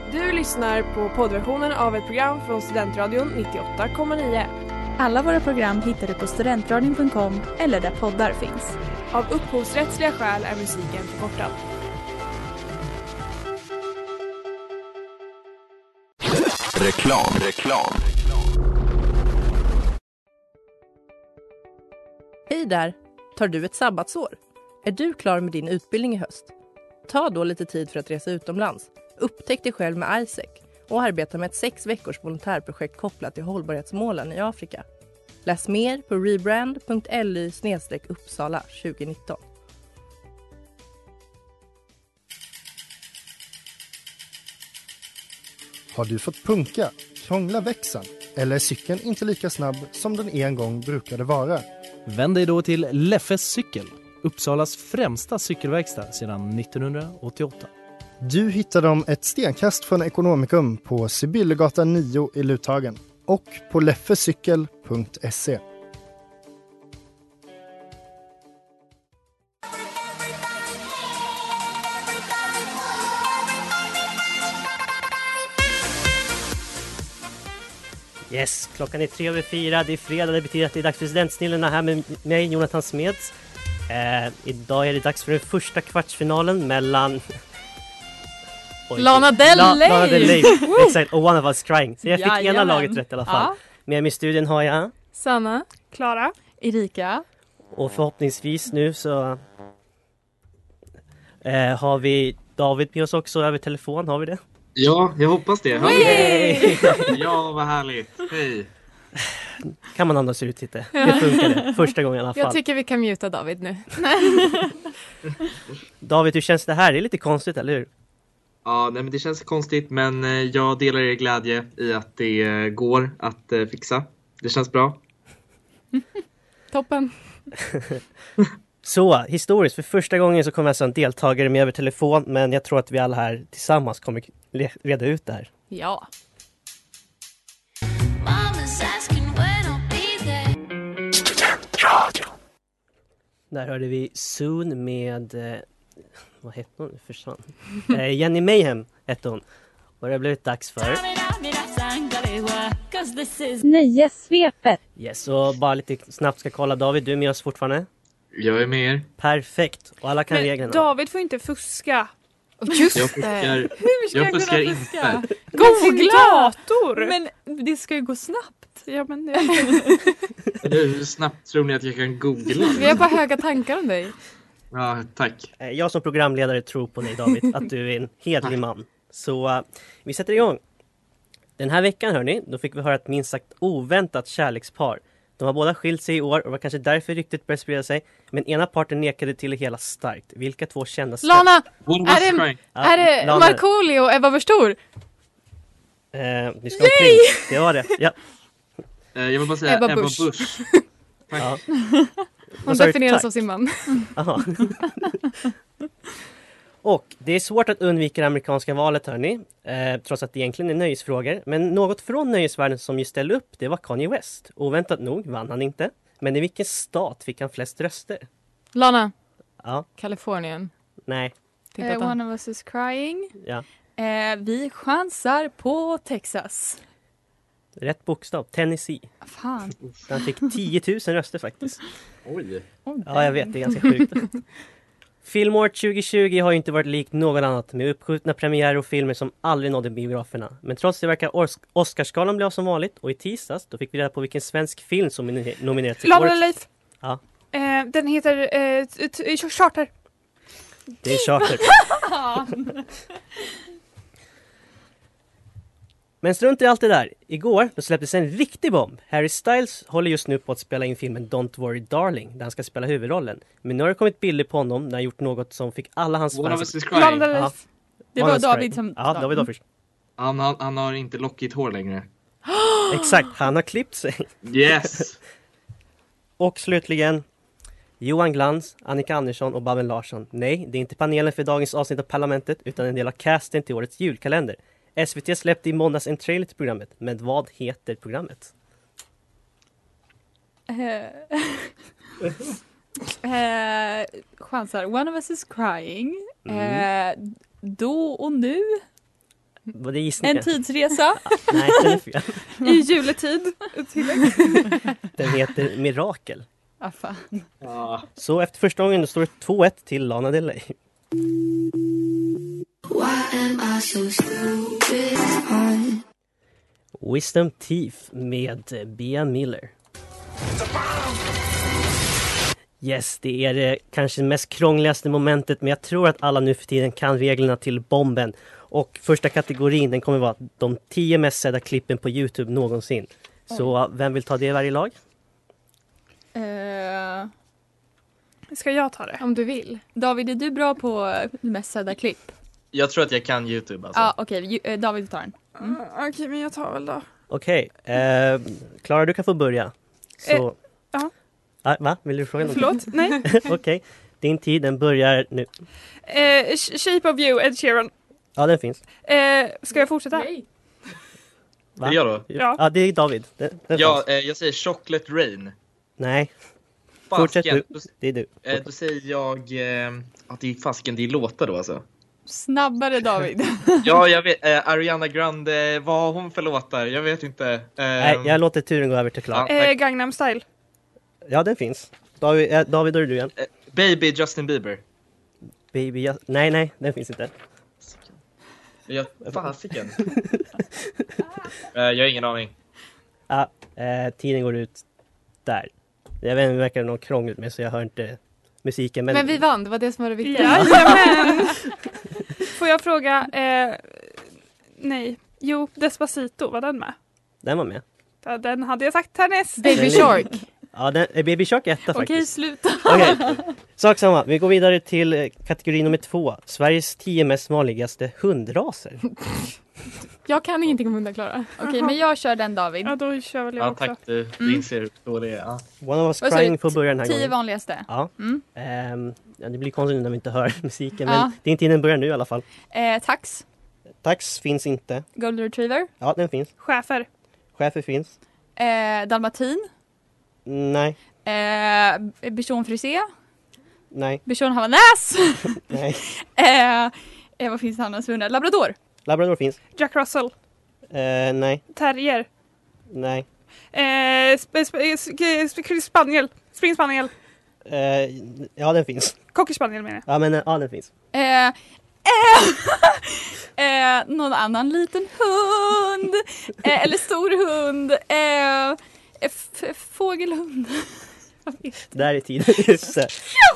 Du lyssnar på poddversionen av ett program från Studentradion 98,9. Alla våra program hittar du på studentradion.com eller där poddar finns. Av upphovsrättsliga skäl är musiken förkortad. Reklam. Hej där! Tar du ett sabbatsår? Är du klar med din utbildning i höst? Ta då lite tid för att resa utomlands. Upptäck dig själv med ISEC och arbeta med ett 6 veckors volontärprojekt kopplat till hållbarhetsmålen i Afrika. Läs mer på rebrand.ly/Uppsala 2019. Har du fått punka, krångla växeln eller är cykeln inte lika snabb som den en gång brukade vara? Vänd dig då till Leffes cykel, Uppsalas främsta cykelverkstad sedan 1988. Du hittar dem ett stenkast från Ekonomikum på Sibyllegatan 9 i Luthagen och på leffecykel.se. Yes, klockan är 3:04, det är fredag, det betyder att det är dags för studentsnillena här med mig, Jonathan Smeds. Idag är det dags för den första kvartsfinalen mellan Lana Del Rey. Lana Del Rey, exakt, och One of Us Crying. Så jag fick ena laget rätt i alla fall. Med mig i studion har jag Sanna, Klara, Erika. Och förhoppningsvis nu så har vi David med oss också över telefon, har vi det? Ja, jag hoppas det. Hey! Ja, vad härligt. Hej. Kan man andas ut lite? Det funkade första gången i alla fall. Jag tycker vi kan muta David nu. David, hur känns det här? Det är lite konstigt, eller hur? Ja, nej, men det känns konstigt, men jag delar er glädje i att det går att fixa. Det känns bra. Toppen. Så, historiskt, för första gången så kommer alltså en deltagare med över telefon, men jag tror att vi alla här tillsammans kommer reda ut det här. Ja. Där hörde vi Soon med vad hette hon? Försvann. Jenny Mayhem hette hon. Och det har blivit dags för Nöjessvepet. yes, och bara lite snabbt ska kolla. David, du är med oss fortfarande? Jag är med er. Perfekt, och alla kan men reglerna. David får inte fuska. Just Jag fuskar, Hur ska jag jag kunna fuskar fuska? inte. Googla! Dator! Men det ska ju gå snabbt. Ja, men Hur snabbt tror ni att jag kan googla? Vi har bara höga tankar om dig. Ja, tack. Jag som programledare tror på dig, David, att du är en hederlig man. Så vi sätter igång. Den här veckan, hörni, då fick vi höra ett minst sagt oväntat kärlekspar. De har båda skilt sig i år och var kanske därför ryktet började sprida sig. Men ena parten nekade till det hela starkt. Vilka två kända... Lana! Ja, Är det Lana. Markoolio och Ebba Busch? Ni ska omkring. Det var det, ja. Jag vill bara säga Ebba Ebba Busch. Busch. Ja. Hon definieras av sin man. Aha. Och det är svårt att undvika det amerikanska valet, hörni. Trots att det egentligen är nöjesfrågor. Men något från nöjesvärlden som ju ställde upp, det var Kanye West. Oväntat nog vann han inte. Men i vilken stat fick han flest röster? Lana. Ja. Kalifornien. Nej. One of us is crying. Ja. Vi chansar på Texas. Rätt bokstav. Tennessee. Fan. Han fick 10 000 röster faktiskt. Oj. Ja, jag vet. Det är ganska sjukt. Filmår 2020 har ju inte varit likt något annat med uppskjutna premiärer och filmer som aldrig nådde biograferna. Men trots det verkar Oscarsgalan bli av som vanligt. Och i tisdags då fick vi reda på vilken svensk film som nominerats till Lana Leif. Ja. Den heter Charter. Det är Charter. Men strunt i allt det där. Igår då släpptes en riktig bomb. Harry Styles håller just nu på att spela in filmen Don't Worry Darling, där han ska spela huvudrollen. Men nu har det kommit bilder på honom när han gjort något som fick alla hans fans... Lana Det var David som... Ja, David först. Han har inte lockigt hår längre. Exakt, han har klippt sig. Yes! Och slutligen Johan Glans, Annika Andersson och Babben Larsson. Nej, det är inte panelen för dagens avsnitt av Parlamentet utan en del av casten till årets julkalender. SVT släppte i måndags en trailer till programmet. Men vad heter programmet? Chansar. One of us is crying. Då och nu. Vad det är gissningen? En tidsresa. Nej, den är fel. I juletid. Den heter Mirakel. Ah, fan. Ja. Så efter första gången står det 2-1 till Lana Del Rey. Wisdom Teeth med Bea Miller. Yes, det är det kanske mest krångligaste momentet, men jag tror att alla nu för tiden kan reglerna till bomben. Och första kategorin, den kommer vara de 10 mest sedda klippen på YouTube någonsin. Så vem vill ta det i varje lag? Ska jag ta det? Om du vill. David, är du bra på mest sedda klipp? Jag tror att jag kan YouTube alltså. Ja, okej. David tar den. Okej, men jag tar väl då. Okej, Klara, du kan få börja. Så... ja. Va? Vill du fråga något? Förlåt? Nej. Okej, din tid den börjar nu. Shape of You, Ed Sheeran. Ja, den finns. Ska jag fortsätta? Nej. Va? Är det jag då? Ja. Det är David. Den Ja, finns. jag säger Chocolate Rain. Nej, fortsätt Fasken. du. Det är du. Då säger jag att det är fasken, det är låtar då alltså. Snabbare, David. Ja, jag vet. Ariana Grande, vad har hon för låtar? Jag vet inte. Nej, jag låter turen gå över till Klara. Gangnam Style. Ja, den finns. David, då är det du igen. Baby, Justin Bieber. Baby, nej, den finns inte. Ja, fasiken. Jag har ingen aning. Ja, tiden går ut där. Jag vet inte, det verkar något krångligt med så jag hör inte musiken. Men vi vann, det var det som var det viktiga. Jajamän! Får jag fråga? Nej. Jo, Despacito, var den med? Den var med. Ja, den hade jag sagt härnäst. Baby Shark. Ja, Baby Shark är etta Okej, faktiskt. sluta. Okej, sak samma. Vi går vidare till kategori nummer 2. Sveriges 10 mest vanligaste hundraser. Jag kan ingenting om hundar, Klara. Okej, men jag kör den, David. Ja, då kör väl jag Ja, också. tack. Du inser hur dålig det är. Ja. One of us Vad sa crying du? får börja den här 10 gången. vanligaste. Ja. Ja, det blir konstigt när vi inte hör musiken. Men Ja. din tiden börjar nu i alla fall. Tax. Tax finns inte. Golden Retriever. Ja, den finns. Schäfer. Chefer finns. Dalmatin. Nej, Bichon Frisé. nej, Bichon Havanäs. nej. Vad finns det annars för hundar? Labrador. Labrador finns. Jack Russell. Nej, Terrier. nej. Spaniel. Spring Spaniel. Ja, den finns. Cocker Spaniel menar jag. Ja, men ja, den finns. Någon annan liten hund. Eller stor hund. Fågelhund. Där är tiden. Just det.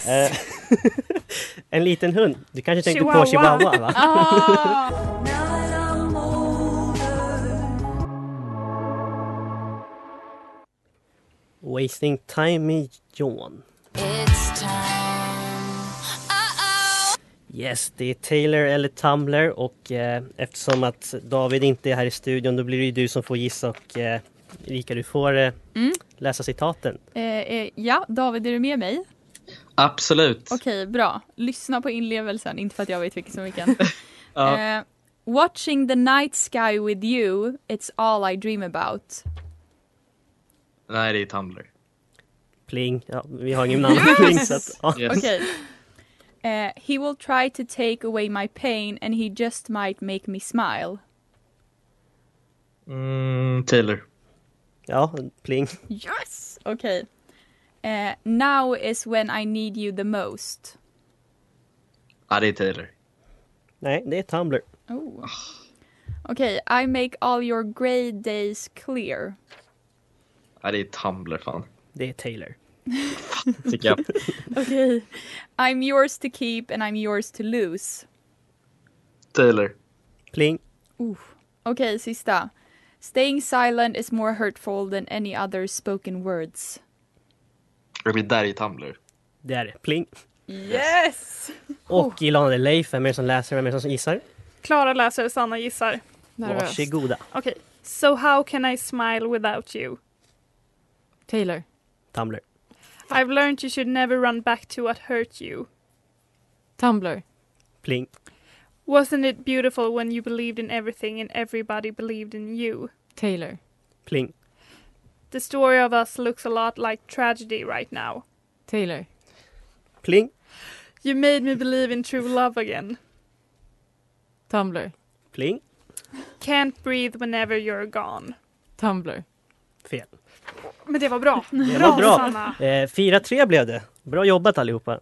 En liten hund. Du kanske tänkte på Chihuahua, va? Wasting time med John. Yes, det är Taylor eller Tumblr och eftersom att David inte är här i studion då blir det ju du som får gissa och Erika, du får läsa citaten. Ja, David, är du med mig? Absolut. Okej, bra. Lyssna på inlevelsen, inte för att jag vet vilken som vilken. Ja. Watching the night sky with you, it's all I dream about. Nej, det är Tumblr. Pling. Ja, vi har ingen namn på Pling. Så att, ja. Yes. Okej. He will try to take away my pain and he just might make me smile. Taylor. Ja, pling. Yes! Okej. Now is when I need you the most. Ja, det är Taylor. Nej, det är Tumblr. Oh. Okej, I make all your grey days clear. Ja, det är Tumblr fan. Det är Taylor. Tycker jag. Okej. I'm yours to keep and I'm yours to lose. Taylor. Pling. Okej, sista. Staying silent is more hurtful than any other spoken words. Det blir där i Tumblr. Det är det. Pling. Yes! Och Ilana Del Rey, vem är det som läser, vem är det som gissar? Klara läser, Sanna gissar. Varsågoda. Okej. So how can I smile without you? Taylor. Tumblr. I've learned you should never run back to what hurt you. Tumblr. Pling. Wasn't it beautiful when you believed in everything and everybody believed in you? Taylor. Pling. The story of us looks a lot like tragedy right now. Taylor. Pling. You made me believe in true love again. Tumblr. Pling. can't breathe whenever you're gone. Tumblr. Fel. Men det var bra. Det var bra. Sanna. 4-3 blev det. Bra jobbat allihopa.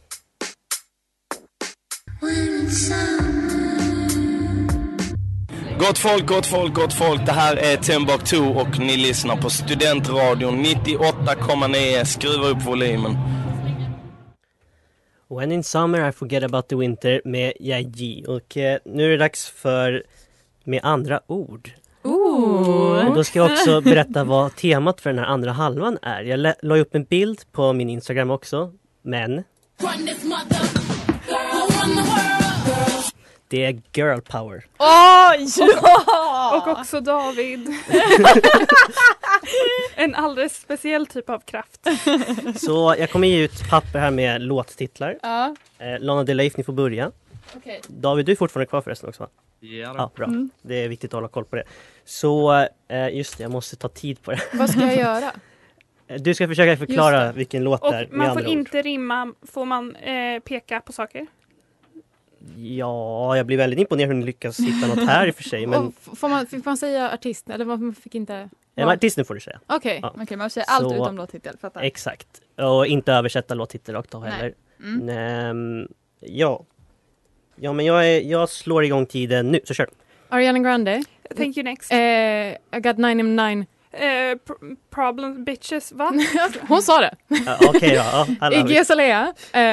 Gott folk. Det här är Timbuktu och ni lyssnar på Studentradion 98,9. Skruva upp volymen. When in summer I forget about the winter med Yaji. Och nu är det dags för med andra ord. Och då ska jag också berätta vad temat för den här andra halvan är. Jag la upp en bild på min Instagram också. Men det är girl power. Ja! Och också David. En alldeles speciell typ av kraft. Så jag kommer ge ut papper här med låttitlar. Ja. Lana Del Rey, ni får börja. Okej. David, du är fortfarande kvar förresten också, va? Ja, bra. Det är viktigt att hålla koll på det. Så just det, jag måste ta tid på det. Vad ska jag göra? Du ska försöka förklara vilken låt Och det är. man får inte rimma. Får man peka på saker? Ja, jag blir väldigt imponerad hur ni lyckas hitta något här i och för sig. Men Fick man säga artist? Eller man fick inte... artisten får du säga. Okej, Ja. Okej, man säger allt Så- utom låttitel. Fattar. Exakt. Och inte översätta låttitel rakt av Nej. heller. Mm. Ja, men jag slår igång tiden nu, så kör. Ariana Grande. Thank you next. I got 9 Problems bitches, va? Hon sa det. Okej då. Ja, alla har vi. Iggy Azalea.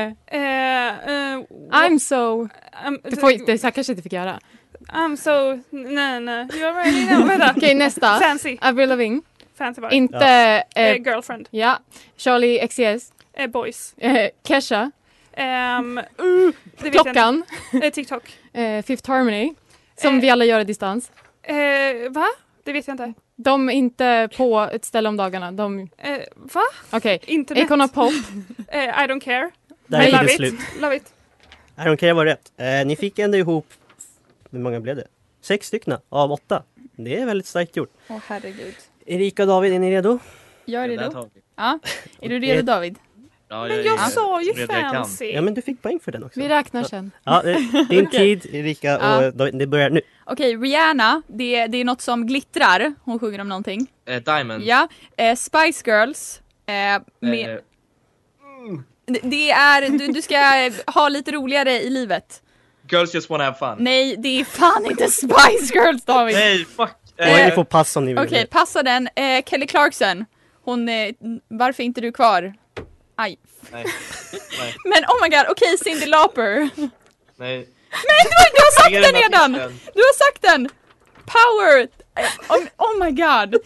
I'm so... Det så här kanske inte fick göra. I'm so... Nej. You already know. Vänta. Okej, nästa. Fancy. Avril Lavigne. Fancy var det. Inte... Girlfriend. Ja. Charlie XCX. Boys. Kesha. Det vet Klockan. jag inte. TikTok. Fifth Harmony. Som vi alla gör i distans. Va? Det vet jag inte. De är inte på ett ställe om dagarna. Va? Okej. Internet. Icona Pop. I don't care. Där är love det it. slut. Love it. I don't care var rätt. Ni fick ändå ihop, hur många blev det? 6 stycken av 8. Det är väldigt starkt gjort. Åh herregud. Erika och David, är ni redo? Jag är redo. Ja. Är du redo, David? Ja, Men jag sa ju redo jag kan. fancy. Ja, men du fick poäng för den också. Vi räknar sen. Ja, din tid, Erika, och David, det börjar nu. Okej, Rihanna. Det är något som glittrar. Hon sjunger om någonting. Diamond. Ja. Spice Girls. Med... Det är... Du ska ha lite roligare i livet. Girls just wanna have fun. Nej, det är fan inte Spice Girls, David. Nej, fuck. Ni får passa om ni vill. Okej, passa den. Kelly Clarkson. Hon... varför inte du kvar? Aj. Nej. Men oh my god, okej, Cyndi Lauper. Nej. Men du har sagt den redan! Du har sagt den! Power! Oh my god.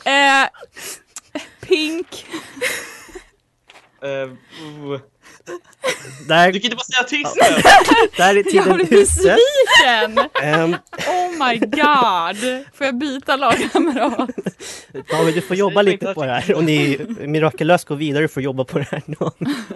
Pink. Där, Du kan inte bara säga artisten! där är Jag tiden blir ute. besviken! Ehm, Oh my god! Får jag byta lagkamrat? David, du får jobba lite på det här. Om ni mirakulöst går vidare, får jobba på det här nu.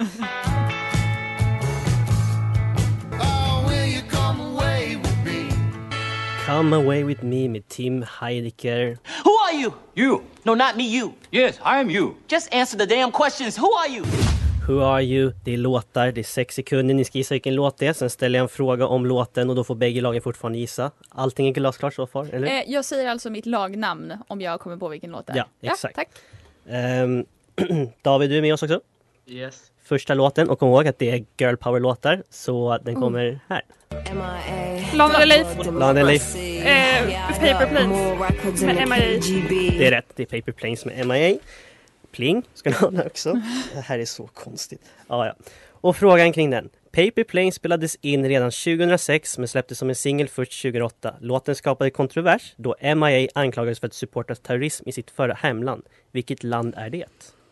Come away with me med Tim Heidecker. Who are you? You. No, not me, you. Yes, I am you. Just answer the damn questions. Who are you? Who are you? Det är låtar, det är 6 sekunder. Ni ska gissa vilken låt det är. Sen ställer jag en fråga om låten och då får bägge lagen fortfarande gissa. Allting är glasklart så far, eller? Jag säger alltså mitt lagnamn om jag kommer på vilken låt det är. Ja, exakt. Tack. David, du är med oss också? Yes. Första låten, och kom ihåg att det är girl power-låtar. Så den kommer här. Lana Del Rey. Lana Del Rey. Paper Planes. Med MIA. Det är rätt, det är Paper Planes med MIA. Pling, ska ni ha den också. Det här är så konstigt. Ja. Och frågan kring den. Paper Planes spelades in redan 2006 men släpptes som en singel först 2008. Låten skapade kontrovers då MIA anklagades för att supporta terrorism i sitt förra hemland. Vilket land är det?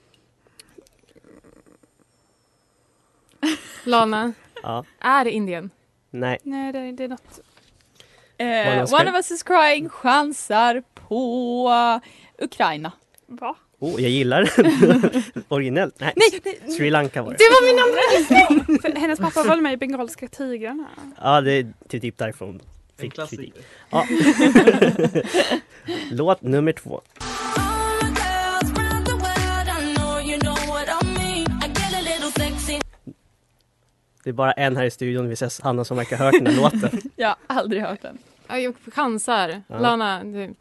Lana. Ja. Är det Indien? Nej. Nej, det är något... One of us is crying chansar på Ukraina. Va? Jag gillar originellt. Nej, Sri Lanka var det. Det var min andra gissning! För hennes pappa var med i Bengalska tigrarna. Ja, det är typ därifrån. Fick kritik. Ja. Låt nummer 2. Det är bara en här i studion, vi ses Hanna, som verkar ha hört den här låten. Jag har aldrig hört den. Jag chansar. Ja. Lana,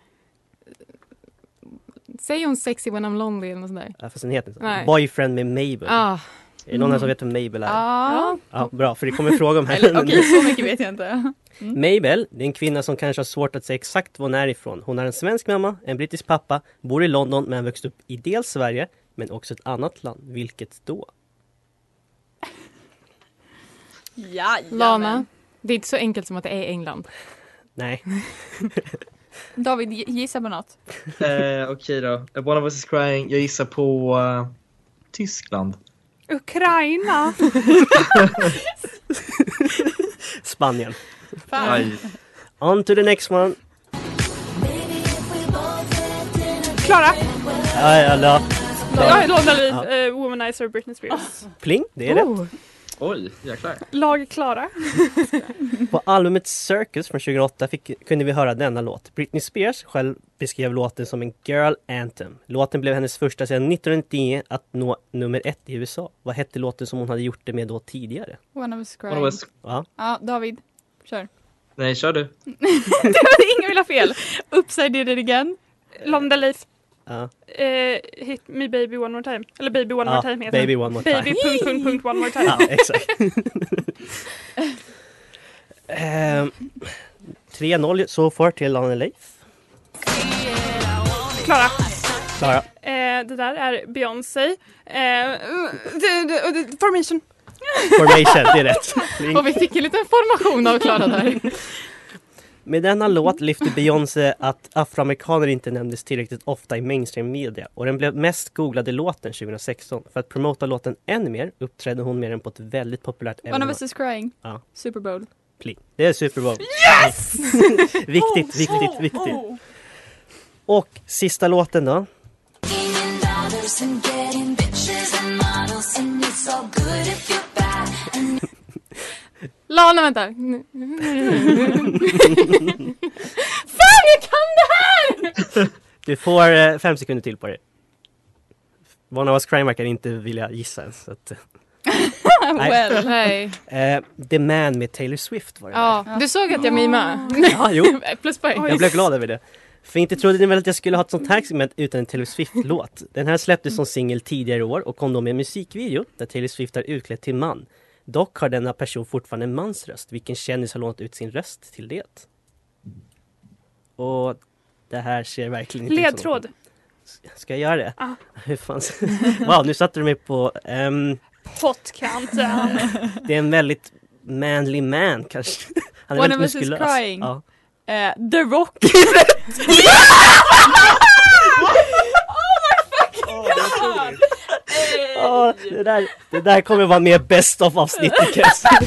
säger hon sexy when I'm lonely eller något sånt där? Ja, fast den heter inte så. Nej. Boyfriend med Mabel. Ah. Är det någon här som vet vem Mabel är? Ja. Ja, bra, för det kommer fråga om här. Okej, så mycket vet jag inte. Mabel, det är en kvinna som kanske har svårt att säga exakt var hon är ifrån. Hon har en svensk mamma, en brittisk pappa, bor i London men växt upp i dels Sverige men också ett annat land. Vilket då? Ja, Lana, det är inte så enkelt som att det är England. Nej. David, gissa på något. Okej då. One of us is crying. Jag gissar på Tyskland. Ukraina. Spanien. Aj. On to the next one. Klara. Ja. Jag lånar lite Womanizer Britney Spears. Pling, det är det. Oj, jäklar. Lag Klara. På albumet Circus från 2008 kunde vi höra denna låt. Britney Spears själv beskrev låten som en girl anthem. Låten blev hennes första sedan 1999 att nå nummer 1 i USA. Vad hette låten som hon hade gjort det med då tidigare? One of us crying. Ja, David, kör. Nej, kör du. Ingen vill ha fel. Upside did it again. London Leaf. Ja. Hit me baby one more time. Eller baby one more time heter baby one more time. Baby ... one more time. Ja, exakt. 3-0 så far till Lana Leif. Klara. Det där är Beyoncé. Formation. Formation, det är rätt. Och vi fick en liten formation av Klara där. Med denna låt lyfte Beyoncé att afroamerikaner inte nämndes tillräckligt ofta i mainstream media och den blev mest googlade låten 2016. För att promota låten ännu mer uppträdde hon med den på ett väldigt populärt evenemang. One of us is crying. Ja. Super Bowl. Pling. Det är Super Bowl. Yes! Viktigt. Och sista låten då. Lana, vänta. Fan, jag kan det här! Du får 5 sekunder till på det. One of us crime verkar inte vilja gissa ens. Så att, nej. The Man med Taylor Swift var det där. Du såg att jag mimade. Ja, jo. Pluspoäng. Jag blev glad över det. För inte trodde ni väl att jag skulle ha ett sånt här segment utan en Taylor Swift-låt. Den här släpptes som singel tidigare i år och kom då med en musikvideo där Taylor Swift är utklädd till man. Dock har denna person fortfarande en mans röst. Vilken kändis har lånat ut sin röst till det? Och det här ser verkligen inte ledtråd. Ut som ska jag göra det? Ah. Hur fan? Wow, nu satte du mig på... Pottkanten. Det är en väldigt manly man kanske. Han är One of väldigt us is muskulös. crying. Ja. The Rock. Det där kommer vara mer best of avsnittet.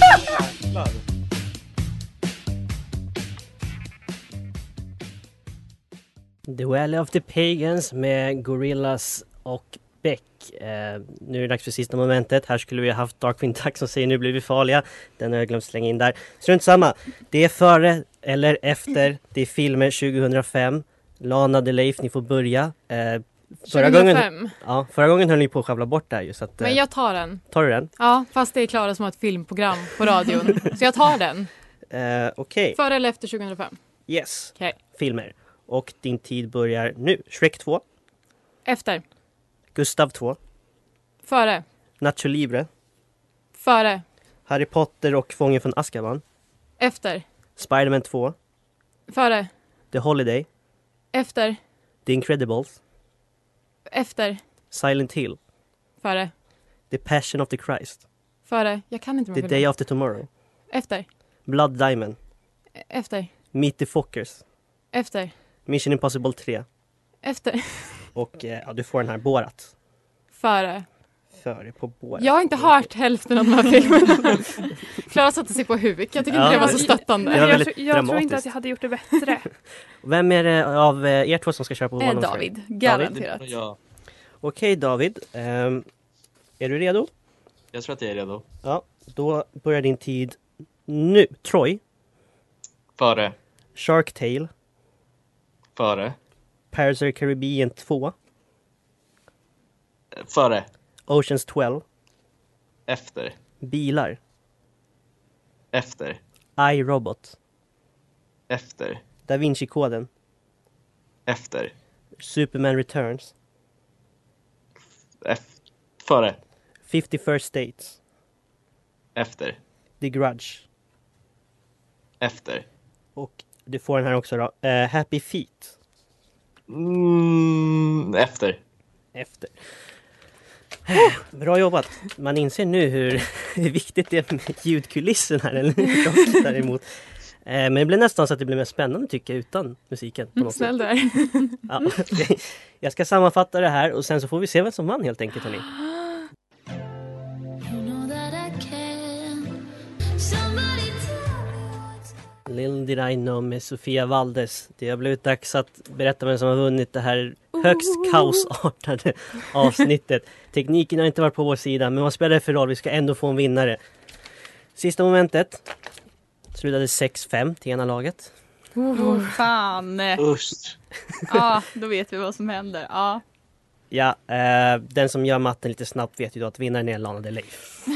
The Valley of the Pagans med Gorillaz och Beck. Nu är det dags för sista momentet. Här skulle vi ha haft Darkwing Duck som säger nu blir vi farliga. Den har jag glömt slänga in där. Strunt samma. Det är före eller efter. Det är filmer 2005. Lana de Leif, ni får börja. Förra gången höll ni på att skävla bort det här ju, så att, men jag tar den. Tar du den? Ja, fast det är Klara som har ett filmprogram på radion. Så jag tar den. Okej. Före eller efter 2005? Yes. Okay. Filmer. Och din tid börjar nu. Shrek 2. Efter. Gustav 2. Före. Nacho Libre. Före. Harry Potter och Fången från Azkaban. Efter. Spider-Man 2. Före. The Holiday. Efter. The Incredibles. Efter. Silent Hill. Före. The Passion of the Christ. Före. Jag kan inte. The Day After Tomorrow. Efter. Blood Diamond. Efter. Meet the Fockers. Efter. Mission Impossible 3. Efter. Och du får den här Borat. Före. Före på Borat. Jag har inte hört hälften av de här filmerna. Klara satte sig på huvudet. Jag tycker inte det var så stöttande. Jag tror inte att jag hade gjort det bättre. Vem är det av er två som ska köra på One David. Garanterat. Ja. Okej, David. Är du redo? Jag tror att jag är redo. Ja, då börjar din tid nu. Troy. Före. Shark Tale. Före. Pirates of the Caribbean 2. Före. Oceans 12. Efter. Bilar. Efter. iRobot. Efter. Da Vinci-koden. Efter. Superman Returns. Före. 50 First Dates. Efter. The Grudge. Efter. Och du får den här också då. Happy Feet. Efter. Efter. Bra jobbat. Man inser nu hur viktigt det är med ljudkulissen här. Eller däremot. Men det blir nästan så att det blir mer spännande tycker jag utan musiken. På något Snäll där. Ja, okay. Jag ska sammanfatta det här och sen så får vi se vem som vann helt enkelt. Hörni. Little did I know med Sofia Valdes. Det har blivit dags att berätta vem som har vunnit det här högst kaosartade avsnittet. Tekniken har inte varit på vår sida, men vad spelar det för roll? Vi ska ändå få en vinnare. Sista momentet slutade 6-5 till ena laget. Fan. Usch. Ja, då vet vi vad som händer. Ja. Ja, den som gör matten lite snabbt vet ju då att vinnaren är Lana Del Rey.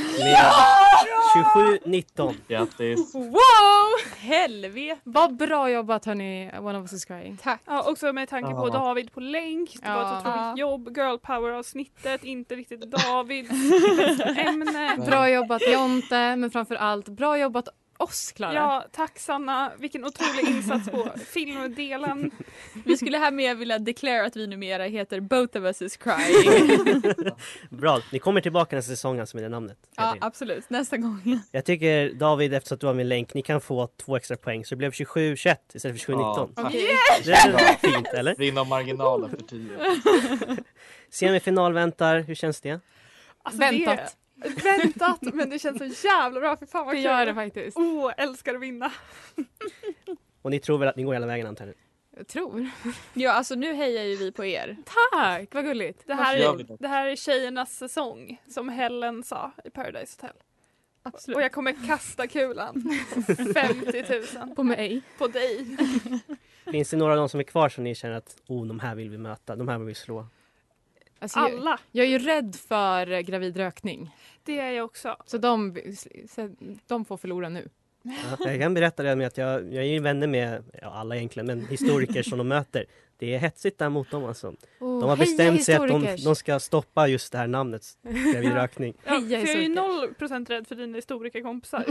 27-19. Grattis. Wow! Helvete. Vad bra jobbat hörni, One of us is crying. Tack. Ja, också med tanke på David på länk. Det var ett otroligt jobb. Girl power-avsnittet. Inte riktigt David. ämne. Bra jobbat Jonte, men framförallt bra jobbat oss, Klara. Ja, tack Sanna. Vilken otrolig insats på filmdelen. Vi skulle här med vilja deklarera att vi numera heter Both of us is crying. Bra, ni kommer tillbaka nästa säsong alltså med det namnet. Ja, absolut. Nästa gång. Jag tycker David, eftersom att du har min länk, ni kan få 2 extra poäng. Så det blev 27-21 istället för 27-19. Ja, det är fint, eller? Vi inom marginalen för 10. Semifinal väntar, hur känns det? Alltså, Väntat. Väntat, men det känns så jävla bra. För fan vad Det gör det faktiskt. Älskar att vinna. Och ni tror väl att ni går hela vägen antar jag? Jag tror. Ja, alltså nu hejar ju vi på er. Tack, vad gulligt. Det här är tjejernas säsong, som Helen sa i Paradise Hotel. Absolut. Och jag kommer kasta kulan. 50 000. På mig. På dig. Finns det några av dem som är kvar som ni känner att de här vill vi möta, de här vill vi slå? Alltså, Alla. Jag är ju rädd för gravid rökning. Det är jag också. Så de får förlora nu. Ja, jag kan berätta det med att jag är ju vänner med alla egentligen, men historiker som de möter. Det är hetsigt där mot dem alltså. De har bestämt sig att de ska stoppa just det här namnet, gravid rökning. Ja, för jag är ju 0% rädd för dina historikerkompisar.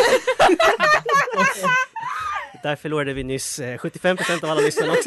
Där förlorade vi nyss 75% av alla lyssnare också.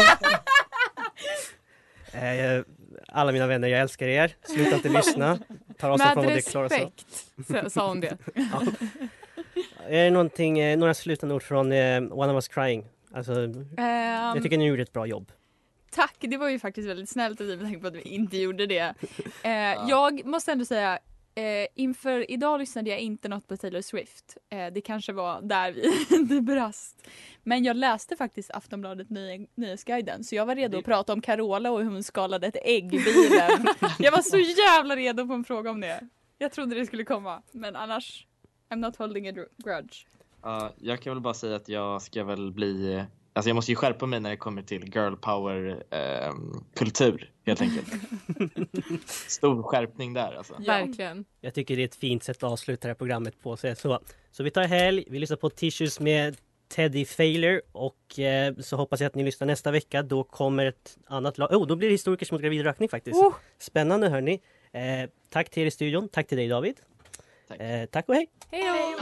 Alla mina vänner, jag älskar er. Sluta inte lyssna. Tar avstånd från vad det Klara sa. Med respekt, sa hon det. Ja. Är det några slutande ord från One of us crying? Alltså, jag tycker ni gjorde ett bra jobb. Tack, det var ju faktiskt väldigt snällt av dig med tanke på att vi inte gjorde det. Jag måste ändå säga, inför idag lyssnade jag inte något på Taylor Swift. Det kanske var där det brast. Men jag läste faktiskt Aftonbladet Nyhetsguiden. Så jag var redo att prata om Carola och hur hon skalade ett ägg i bilen. Jag var så jävla redo på en fråga om det. Jag trodde det skulle komma. Men annars, I'm not holding a grudge. Jag kan väl bara säga att jag ska väl bli... Alltså jag måste ju skärpa mig när det kommer till girl power kultur helt enkelt. Stor skärpning där alltså. Ja. Verkligen. Jag tycker det är ett fint sätt att avsluta det här programmet på. Så vi tar helg, vi lyssnar på Tissues med Teddy Failure och så hoppas jag att ni lyssnar nästa vecka. Då kommer ett annat lag. Då blir det historikers mot gravid rökning faktiskt. Spännande hörni. Tack till er i studion, tack till dig David. Tack och hej. Hej då.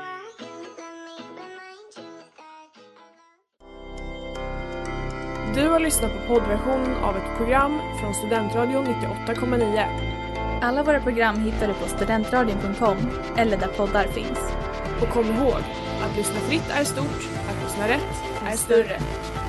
Du har lyssnat på poddversion av ett program från Studentradion 98,9. Alla våra program hittar du på studentradion.com eller där poddar finns. Och kom ihåg, att lyssna fritt är stort, att lyssna rätt är större.